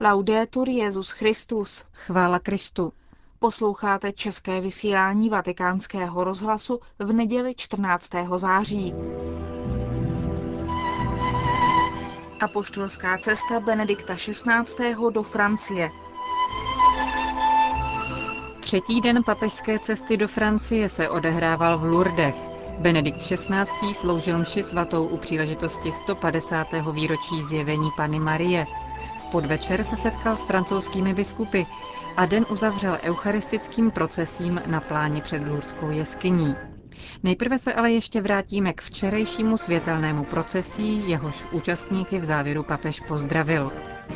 Laudetur Jesus Christus. Chvála Kristu. Posloucháte české vysílání Vatikánského rozhlasu v neděli 14. září. Apoštolská cesta Benedikta XVI. Do Francie. Třetí den papežské cesty do Francie se odehrával v Lourdech. Benedikt XVI. Sloužil mši svatou u příležitosti 150. výročí zjevení Panny Marie. V podvečer se setkal s francouzskými biskupy a den uzavřel eucharistickým procesím na pláni před Lourdskou jeskyní. Nejprve se ale ještě vrátíme k včerejšímu světelnému procesí, jehož účastníky v závěru papež pozdravil.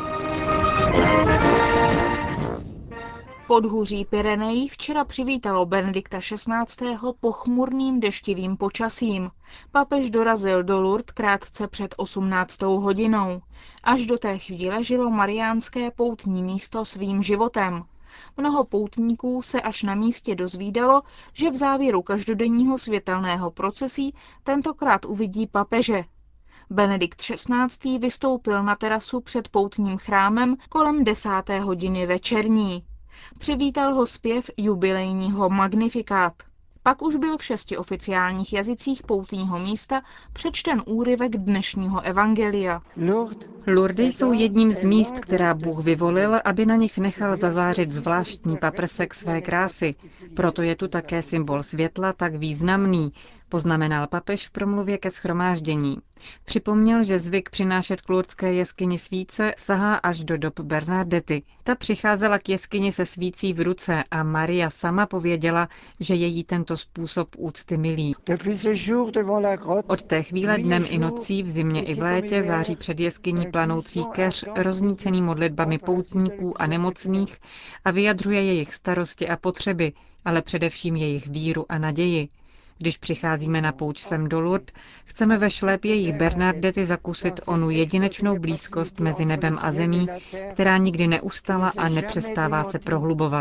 Podhůří Pyrenejí včera přivítalo Benedikta XVI. Pochmurným deštivým počasím. Papež dorazil do Lourdes krátce před 18. hodinou. Až do té chvíle žilo mariánské poutní místo svým životem. Mnoho poutníků se až na místě dozvídalo, že v závěru každodenního světelného procesí tentokrát uvidí papeže. Benedikt XVI. Vystoupil na terasu před poutním chrámem kolem 10. hodiny večerní. Přivítal ho zpěv jubilejního Magnificat. Pak už byl v 6 oficiálních jazycích poutního místa přečten úryvek dnešního evangelia. Lourdes jsou jedním z míst, která Bůh vyvolil, aby na nich nechal zazářit zvláštní paprsek své krásy. Proto je tu také symbol světla tak významný, poznamenal papež v promluvě ke shromáždění. Připomněl, že zvyk přinášet k lourdské jeskyni svíce sahá až do dob Bernardety. Ta přicházela k jeskyni se svící v ruce a Maria sama pověděla, že je jí tento způsob úcty milý. Od té chvíle dnem i nocí, v zimě i v létě, září před jeskyní planoucí keř, roznícený modlitbami poutníků a nemocných a vyjadřuje jejich starosti a potřeby, ale především jejich víru a naději. Když přicházíme na pouť sem do Lourdes, chceme ve šlépě jejich Bernardety zakusit onu jedinečnou blízkost mezi nebem a zemí, která nikdy neustala a nepřestává se prohlubovat.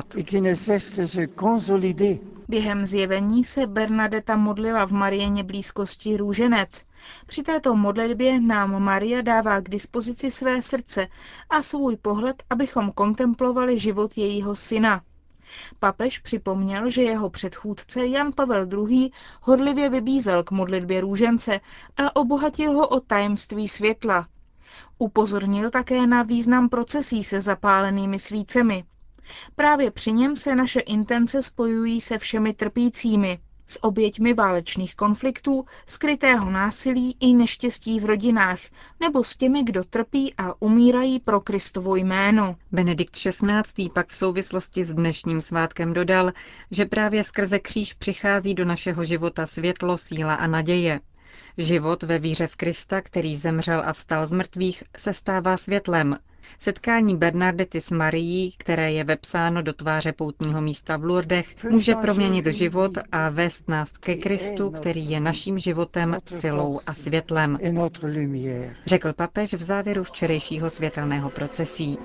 Během zjevení se Bernadeta modlila v Mariině blízkosti růženec. Při této modlitbě nám Maria dává k dispozici své srdce a svůj pohled, abychom kontemplovali život jejího syna. Papež připomněl, že jeho předchůdce Jan Pavel II. Horlivě vybízel k modlitbě růžence a obohatil ho o tajemství světla. Upozornil také na význam procesí se zapálenými svícemi. Právě při něm se naše intence spojují se všemi trpícími, s oběťmi válečných konfliktů, skrytého násilí i neštěstí v rodinách, nebo s těmi, kdo trpí a umírají pro Kristovo jméno. Benedikt XVI. Pak v souvislosti s dnešním svátkem dodal, že právě skrze kříž přichází do našeho života světlo, síla a naděje. Život ve víře v Krista, který zemřel a vstal z mrtvých, se stává světlem. Setkání Bernardety s Marií, které je vepsáno do tváře poutního místa v Lourdech, může proměnit život a vést nás ke Kristu, který je naším životem, silou a světlem, řekl papež v závěru včerejšího světelného procesí.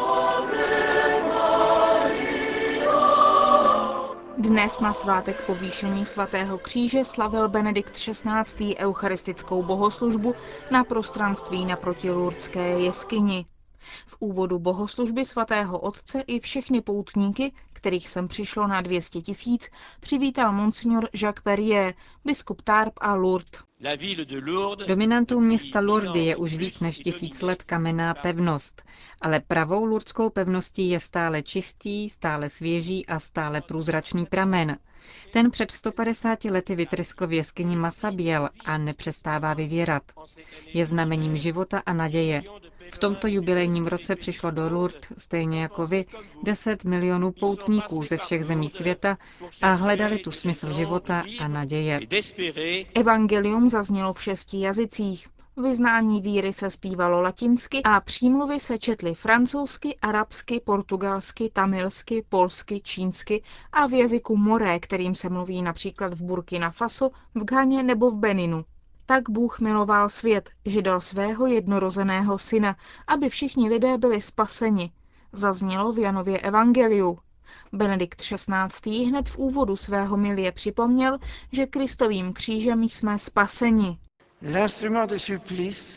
Dnes na svátek povýšení svatého kříže slavil Benedikt XVI. Eucharistickou bohoslužbu na prostranství naproti Lourdské jeskyni. V úvodu bohoslužby svatého otce i všechny poutníky, kterých sem přišlo na 200 000, přivítal monsignor Jacques Perrier, biskup Tarbes a Lourdes. Dominantou města Lourdes je už víc než 1000 let kamenná pevnost, ale pravou lourdskou pevností je stále čistý, stále svěží a stále průzračný pramen. Ten před 150 lety vytryskl v jeskyni Massabielle a nepřestává vyvěrat. Je znamením života a naděje. V tomto jubilejním roce přišlo do Lourdes, stejně jako vy, 10 milionů poutníků ze všech zemí světa a hledali tu smysl života a naděje. Evangelium zaznělo v 6 jazycích. Vyznání víry se zpívalo latinsky a přímluvy se četly francouzsky, arabsky, portugalsky, tamilsky, polsky, čínsky a v jazyku moré, kterým se mluví například v Burkina Faso, v Ghaně nebo v Beninu. Tak Bůh miloval svět, že dal svého jednorozeného syna, aby všichni lidé byli spaseni. Zaznělo v Janově evangeliu. Benedikt XVI. Hned v úvodu svého milie připomněl, že Kristovým křížem jsme spaseni. L'instrument de supplice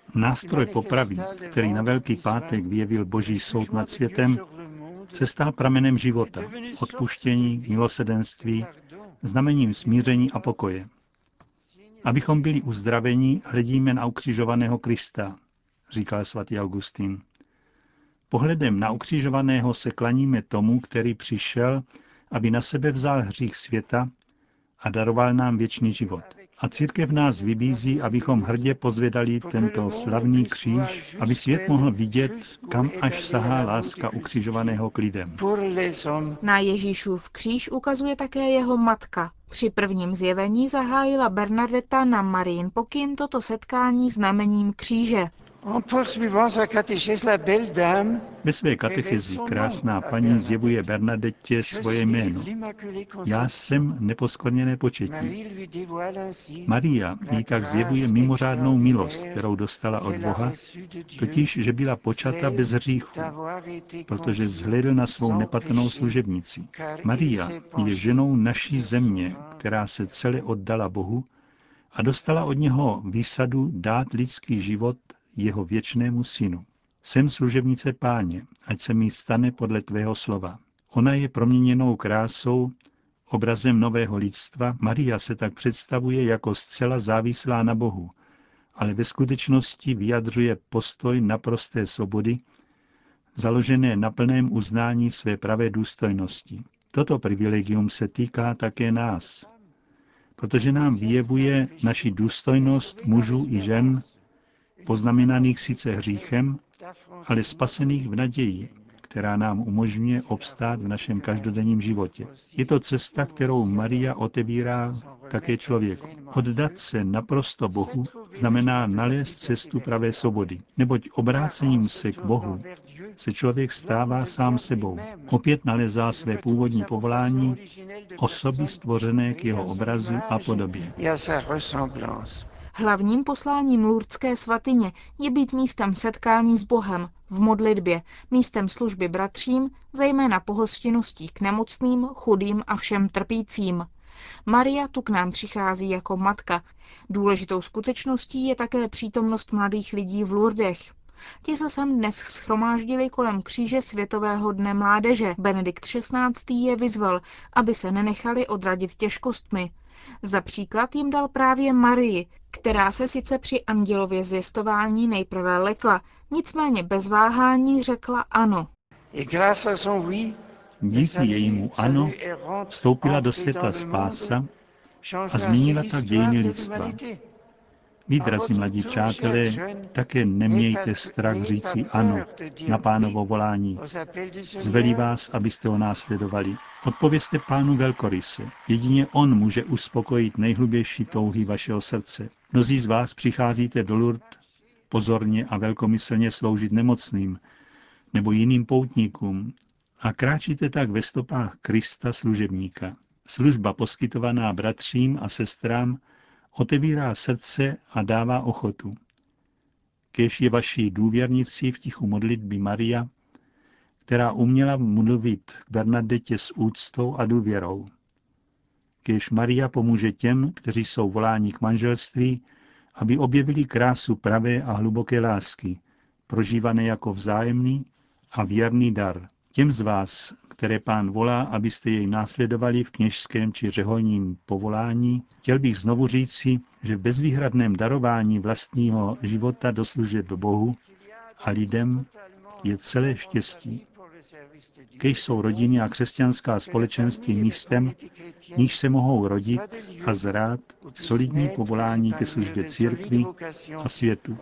Nástroj popravy, který na Velký pátek vyjevil Boží soud nad světem, se stal pramenem života, odpuštění, milosedenství, znamením smíření a pokoje. Abychom byli uzdraveni, hledíme na ukřižovaného Krista, říkal svatý Augustín. Pohledem na ukřižovaného se klaníme tomu, který přišel, aby na sebe vzal hřích světa a daroval nám věčný život. A církev nás vybízí, abychom hrdě pozvedali tento slavný kříž, aby svět mohl vidět, kam až sahá láska ukřižovaného k lidem. Na Ježíšův kříž ukazuje také jeho matka. Při prvním zjevení zahájila Bernadeta na Marijin pokyn toto setkání znamením kříže. Ve své katechezi krásná paní zjevuje Bernadetě svoje jméno. Já jsem neposkvrněné početí. Maria jí tak zjevuje mimořádnou milost, kterou dostala od Boha, totiž, že byla počata bez hříchu, protože zhlédl na svou nepatrnou služebnici. Maria je ženou naší země, která se celé oddala Bohu a dostala od něho výsadu dát lidský život jeho věčnému synu. Jsem služebnice Páně, ať se mi stane podle tvého slova. Ona je proměněnou krásou, obrazem nového lidstva. Maria se tak představuje jako zcela závislá na Bohu, ale ve skutečnosti vyjadřuje postoj naprosté svobody, založené na plném uznání své pravé důstojnosti. Toto privilegium se týká také nás, protože nám vyjevuje naši důstojnost mužů i žen, poznamenaných sice hříchem, ale spasených v naději, která nám umožňuje obstát v našem každodenním životě. Je to cesta, kterou Maria otevírá také člověku. Oddat se naprosto Bohu znamená nalézt cestu pravé svobody, neboť obrácením se k Bohu se člověk stává sám sebou. Opět nalezá své původní povolání, osoby stvořené k jeho obrazu a podobě. Hlavním posláním Lurdské svatyně je být místem setkání s Bohem, v modlitbě, místem služby bratřím, zejména pohostinností k nemocným, chudým a všem trpícím. Maria tu k nám přichází jako matka. Důležitou skutečností je také přítomnost mladých lidí v Lourdech. Ti se sem dnes shromáždili kolem kříže Světového dne mládeže. Benedikt XVI. Je vyzval, aby se nenechali odradit těžkostmi. Za příklad jim dal právě Marii, která se sice při andělově zvěstování nejprve lekla, nicméně bez váhání řekla ano. Díky jejímu ano vstoupila do světa spása a změnila tak dějiny lidstva. Vy, drazí mladí přátelé, také nemějte strach říci ano na Pánovo volání. Zvelí vás, abyste ho následovali. Odpovězte Pánu velkoryse. Jedině on může uspokojit nejhlubější touhy vašeho srdce. Mnozí z vás přicházíte do Lourdes pozorně a velkomyslně sloužit nemocným nebo jiným poutníkům a kráčíte tak ve stopách Krista služebníka. Služba poskytovaná bratřím a sestrám otevírá srdce a dává ochotu. Kéž je vaší důvěrnicí v tichu modlitby Maria, která uměla mluvit k Bernadetě s úctou a důvěrou. Kéž Maria pomůže těm, kteří jsou voláni k manželství, aby objevili krásu pravé a hluboké lásky, prožívané jako vzájemný a věrný dar. Těm z vás, které Pán volá, abyste jej následovali v kněžském či řeholním povolání, chtěl bych znovu říci, že v bezvýhradném darování vlastního života do služeb Bohu a lidem je celé štěstí. Kéž jsou rodiny a křesťanská společenství místem, níž se mohou rodit a zrát solidní povolání ke službě církvi a světu.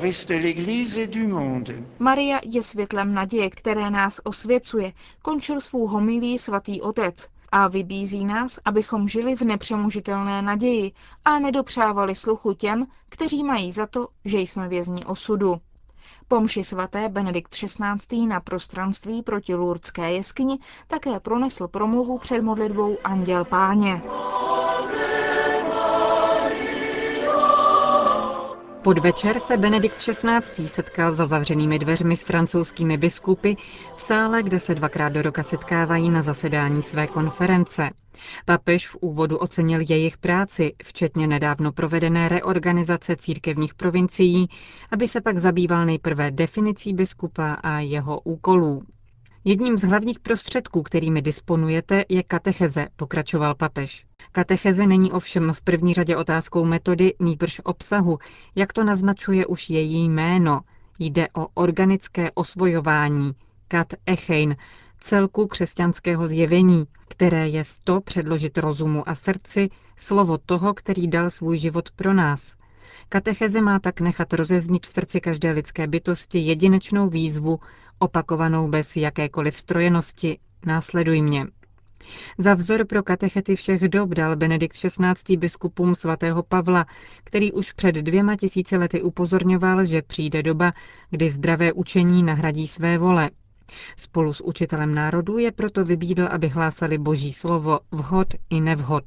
Maria je světlem naděje, které nás osvěcuje, končil svou homilii svatý otec a vybízí nás, abychom žili v nepřemožitelné naději a nedopřávali sluchu těm, kteří mají za to, že jsme vězni osudu. Po mši svaté Benedikt XVI. Na prostranství proti Lourdské jeskyni také pronesl promluvu před modlitbou Anděl Páně. Podvečer se Benedikt XVI. Setkal za zavřenými dveřmi s francouzskými biskupy v sále, kde se 2krát do roka setkávají na zasedání své konference. Papež v úvodu ocenil jejich práci, včetně nedávno provedené reorganizace církevních provincií, aby se pak zabýval nejprve definicí biskupa a jeho úkolů. Jedním z hlavních prostředků, kterými disponujete, je katecheze, pokračoval papež. Katecheze není ovšem v první řadě otázkou metody, nýbrž obsahu, jak to naznačuje už její jméno. Jde o organické osvojování, kat echein, celku křesťanského zjevení, které je to předložit rozumu a srdci slovo toho, který dal svůj život pro nás. Katecheze má tak nechat rozeznít v srdci každé lidské bytosti jedinečnou výzvu, opakovanou bez jakékoliv strojenosti. Následuj mě. Za vzor pro katechety všech dob dal Benedikt XVI. Biskupům svatého Pavla, který už před 2000 lety upozorňoval, že přijde doba, kdy zdravé učení nahradí své vole. Spolu s učitelem národů je proto vybídl, aby hlásali Boží slovo vhod i nevhod.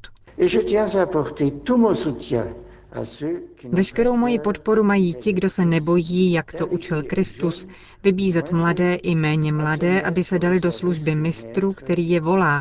Veškerou moji podporu mají ti, kdo se nebojí, jak to učil Kristus, vybízet mladé i méně mladé, aby se dali do služby mistru, který je volá.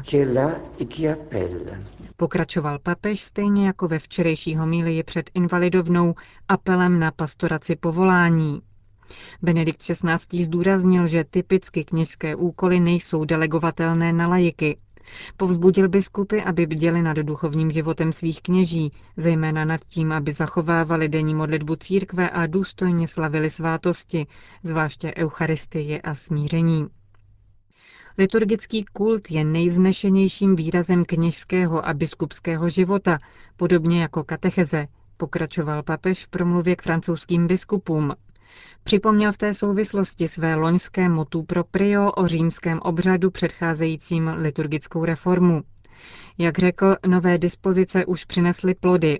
Pokračoval papež stejně jako ve včerejší homílii před Invalidovnou apelem na pastoraci povolání. Benedikt XVI. Zdůraznil, že typicky kněžské úkoly nejsou delegovatelné na laiky. Povzbudil biskupy, aby bděli nad duchovním životem svých kněží, zejména nad tím, aby zachovávali denní modlitbu církve a důstojně slavili svátosti, zvláště eucharistii a smíření. Liturgický kult je nejvznešenějším výrazem kněžského a biskupského života, podobně jako katecheze, pokračoval papež v promluvě k francouzským biskupům. Připomněl v té souvislosti své loňské motu proprio o římském obřadu předcházejícím liturgickou reformu. Jak řekl, nové dispozice už přinesly plody.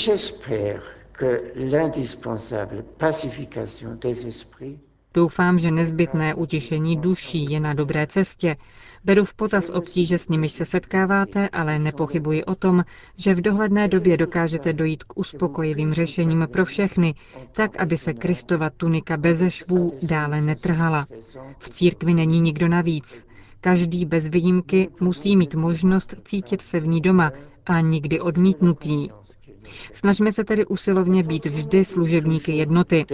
Doufám, že nezbytné utišení duší je na dobré cestě. Beru v potaz obtíže, s nimiž se setkáváte, ale nepochybuji o tom, že v dohledné době dokážete dojít k uspokojivým řešením pro všechny, tak, aby se Kristova tunika beze švů dále netrhala. V církvi není nikdo navíc. Každý bez výjimky musí mít možnost cítit se v ní doma a nikdy odmítnutý. Snažme se tedy usilovně být vždy služebníky jednoty,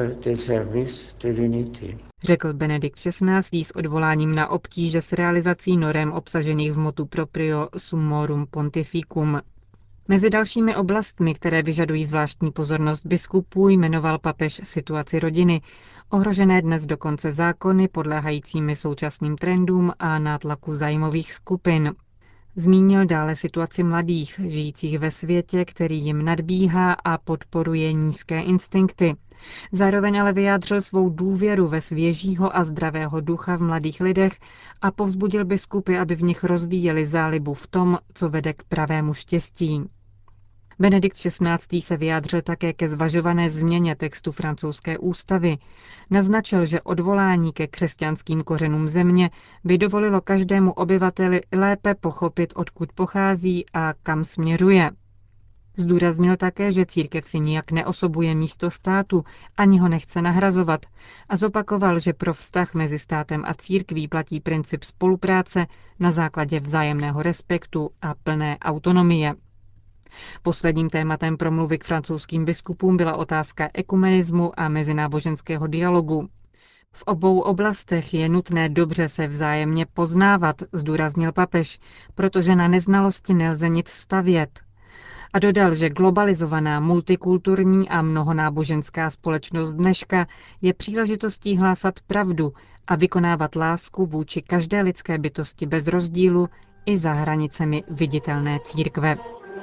řekl Benedikt XVI. S odvoláním na obtíže s realizací norem obsažených v motu proprio Summorum Pontificum. Mezi dalšími oblastmi, které vyžadují zvláštní pozornost biskupů, jmenoval papež situaci rodiny, ohrožené dnes dokonce zákony podléhajícími současným trendům a nátlaku zájmových skupin. Zmínil dále situaci mladých, žijících ve světě, který jim nadbíhá a podporuje nízké instinkty. Zároveň ale vyjádřil svou důvěru ve svěžího a zdravého ducha v mladých lidech a povzbudil biskupy, aby v nich rozvíjeli zálibu v tom, co vede k pravému štěstí. Benedikt XVI. Se vyjádřil také ke zvažované změně textu francouzské ústavy. Naznačil, že odvolání ke křesťanským kořenům země by dovolilo každému obyvateli lépe pochopit, odkud pochází a kam směřuje. Zdůraznil také, že církev si nijak neosobuje místo státu, ani ho nechce nahrazovat a zopakoval, že pro vztah mezi státem a církví platí princip spolupráce na základě vzájemného respektu a plné autonomie. Posledním tématem promluvy k francouzským biskupům byla otázka ekumenismu a mezináboženského dialogu. V obou oblastech je nutné dobře se vzájemně poznávat, zdůraznil papež, protože na neznalosti nelze nic stavět. A dodal, že globalizovaná, multikulturní a mnohonáboženská společnost dneška je příležitostí hlásat pravdu a vykonávat lásku vůči každé lidské bytosti bez rozdílu i za hranicemi viditelné církve.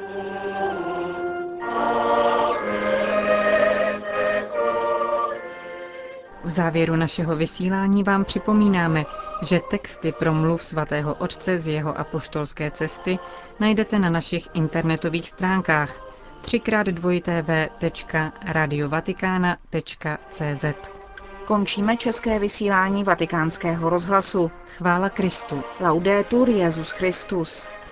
V závěru našeho vysílání vám připomínáme, že texty promluv svatého Otce z jeho apoštolské cesty najdete na našich internetových stránkách www.radiovatikana.cz. Končíme české vysílání Vatikánského rozhlasu. Chvála Kristu. Laudetur Jesus Christus.